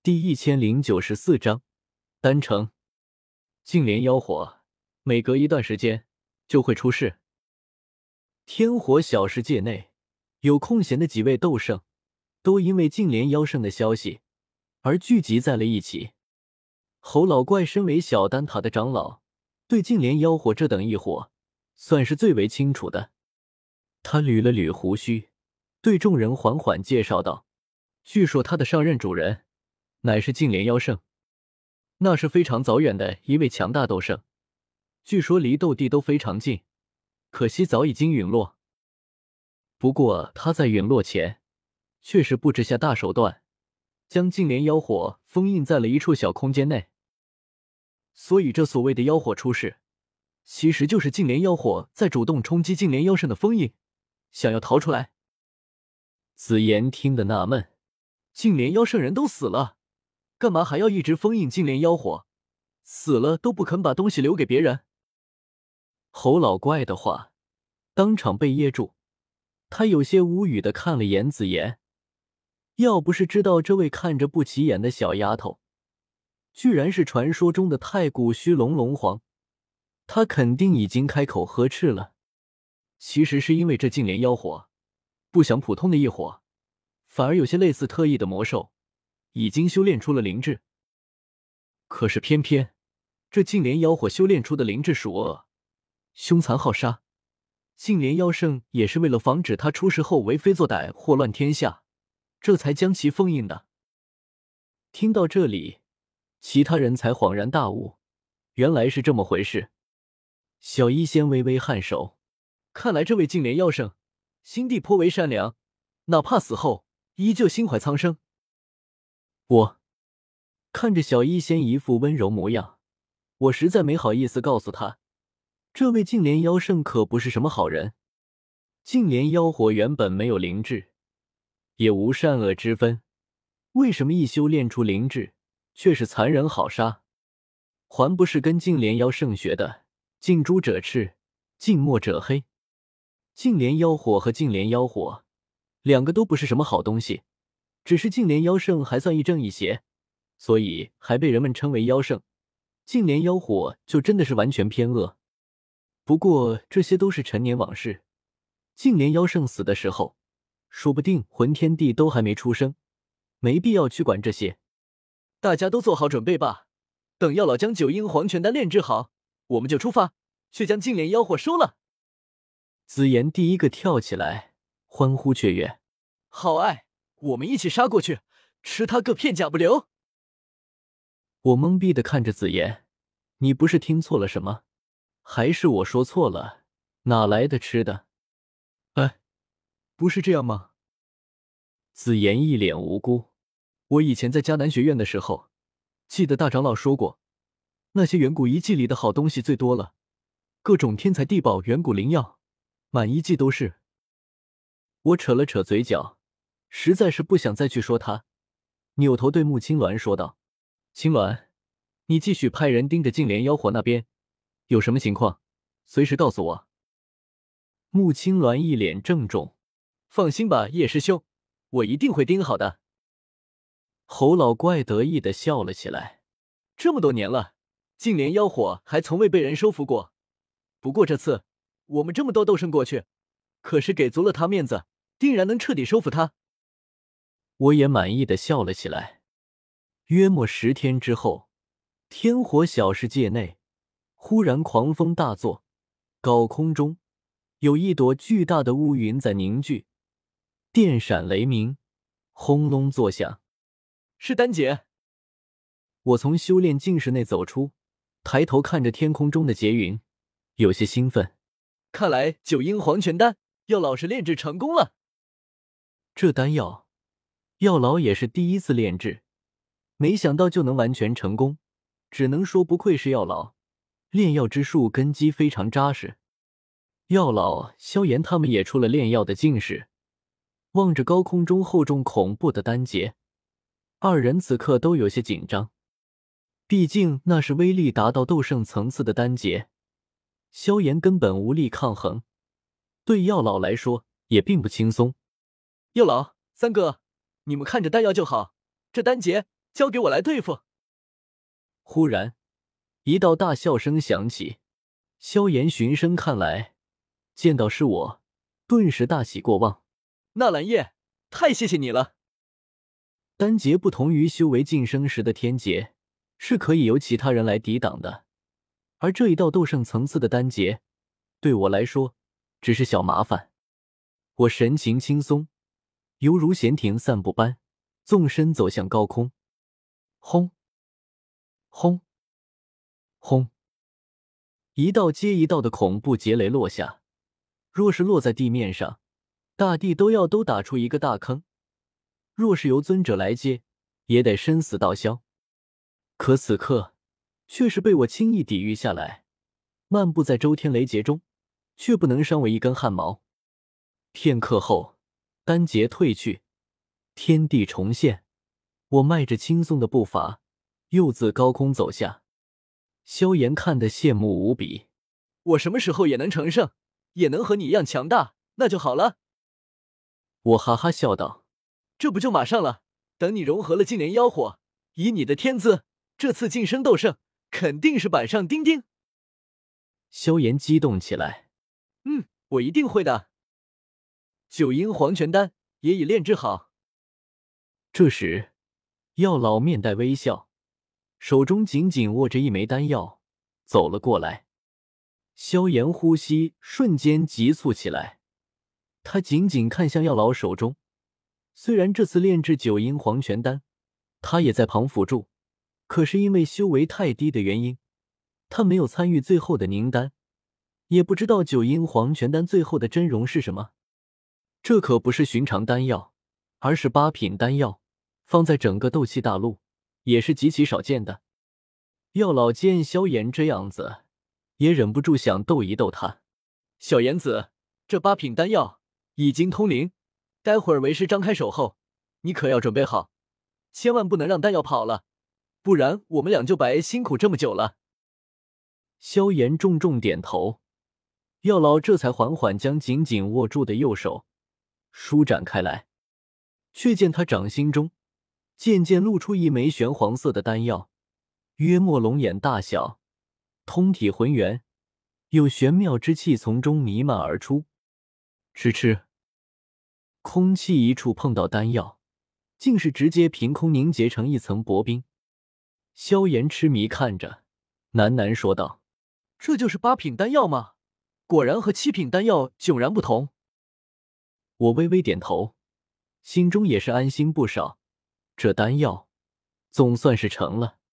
第1094章丹城。净莲妖火每隔一段时间就会出世。天火小世界内有空闲的几位斗圣，都因为净莲妖圣的消息而聚集在了一起。侯老怪身为小丹塔的长老，对净莲妖火这等异火算是最为清楚的。他捋了捋胡须，对众人缓缓介绍道：据说他的上任主人乃是净莲妖圣，那是非常早远的一位强大斗圣，据说离斗帝都非常近，可惜早已经陨落。不过他在陨落前确实布置下大手段，将净莲妖火封印在了一处小空间内。所以这所谓的妖火出世，其实就是净莲妖火在主动冲击净莲妖圣的封印，想要逃出来。紫妍听得纳闷，净莲妖圣人都死了，干嘛还要一直封印净莲妖火？死了都不肯把东西留给别人。侯老怪的话当场被噎住，他有些无语地看了眼紫妍，要不是知道这位看着不起眼的小丫头居然是传说中的太古虚龙龙皇，他肯定已经开口呵斥了。其实是因为这净莲妖火不像普通的异火，反而有些类似特异的魔兽，已经修炼出了灵智。可是偏偏这净莲妖火修炼出的灵智属恶，凶残好杀。净莲妖圣也是为了防止他出世后为非作歹，祸乱天下，这才将其封印的。听到这里，其他人才恍然大悟，原来是这么回事。小医仙微微颔首，看来这位净莲妖圣心地颇为善良，哪怕死后依旧心怀苍生。我看着小医仙一副温柔模样，我实在没好意思告诉他，这位净莲妖圣可不是什么好人。净莲妖火原本没有灵智，也无善恶之分，为什么一修炼出灵智却是残忍好杀？还不是跟净莲妖圣学的近朱者赤，近墨者黑。净莲妖火和净莲妖火两个都不是什么好东西，只是净莲妖圣还算亦正亦邪，所以还被人们称为妖圣。净莲妖火就真的是完全偏恶。不过这些都是陈年往事，净莲妖圣死的时候，说不定魂天帝都还没出生，没必要去管这些。大家都做好准备吧，等药老将九阴黄泉丹炼制好，我们就出发，去将净莲妖火收了。紫妍第一个跳起来，欢呼雀跃。好爱，我们一起杀过去，吃他个片甲不留。我懵逼地看着紫妍，你不是听错了什么？还是我说错了？哪来的吃的？哎，不是这样吗？紫妍一脸无辜。我以前在迦南学院的时候，记得大长老说过，那些远古遗迹里的好东西最多了，各种天材地宝、远古灵药，满遗迹都是。我扯了扯嘴角，实在是不想再去说他，扭头对穆青鸾说道：青鸾，你继续派人盯着净莲妖火那边，有什么情况随时告诉我。穆青鸾一脸郑重，放心吧叶师兄，我一定会盯好的。侯老怪得意地笑了起来，这么多年了，净莲妖火还从未被人收服过，不过这次我们这么多斗圣过去，可是给足了他面子，定然能彻底收服他。我也满意地笑了起来。约莫10天之后，天火小世界内忽然狂风大作，高空中有一朵巨大的乌云在凝聚，电闪雷鸣，轰隆作响。是丹劫。我从修炼境室内走出，抬头看着天空中的劫云，有些兴奋。看来九阴黄泉丹药老是炼制成功了。这丹药药老也是第一次炼制，没想到就能完全成功，只能说不愧是药老，炼药之术根基非常扎实。药老、萧炎他们也出了炼药的境室，望着高空中厚重恐怖的丹劫，二人此刻都有些紧张。毕竟那是威力达到斗圣层次的丹劫，萧炎根本无力抗衡，对药老来说也并不轻松。药老、三哥，你们看着丹药就好，这丹劫交给我来对付。 忽然，一道大笑声响起，萧炎循声看来，见到是我，顿时大喜过望。 纳兰叶，太谢谢你了。 丹劫不同于修为晋升时的天劫，是可以由其他人来抵挡的，而这一道斗圣层次的丹劫，对我来说只是小麻烦。我神情轻松，犹如闲庭散步般，纵身走向高空。轰！轰！轰！一道接一道的恐怖劫雷落下，若是落在地面上，大地都打出一个大坑；若是由尊者来接，也得生死道消。可此刻却是被我轻易抵御下来，漫步在周天雷劫中，却不能伤我一根汗毛。片刻后，丹劫退去，天地重现，我迈着轻松的步伐，又自高空走下。萧炎看得羡慕无比， 我什么时候也能成圣，也能和你一样强大，那就好了。 我哈哈笑道： 这不就马上了？等你融合了净莲妖火，以你的天资，这次晋升斗圣肯定是板上钉钉。 萧炎激动起来： 我一定会的。九阴黄泉丹也已炼制好。 这时，药老面带微笑，手中紧紧握着一枚丹药，走了过来。萧炎呼吸瞬间急促起来，他紧紧看向药老手中。虽然这次炼制九阴黄泉丹，他也在旁辅助，可是因为修为太低的原因，他没有参与最后的凝丹，也不知道九阴黄泉丹最后的真容是什么。这可不是寻常丹药，而是8品丹药，放在整个斗气大陆也是极其少见的。药老见萧炎这样子，也忍不住想逗一逗他。 小炎子，这8品丹药已经通灵，待会儿为师张开手后，你可要准备好，千万不能让丹药跑了，不然我们俩就白辛苦这么久了。 萧炎重重点头，药老这才缓缓将紧紧握住的右手舒展开来，却见他掌心中渐渐露出一枚玄黄色的丹药，约莫龙眼大小，通体浑圆，有玄妙之气从中弥漫而出。嗤嗤，空气一触碰到丹药，竟是直接凭空凝结成一层薄冰。萧炎痴迷看着，喃喃说道： 这就是8品丹药吗？果然和7品丹药迥然不同。 我微微点头，心中也是安心不少，这丹药总算是成了。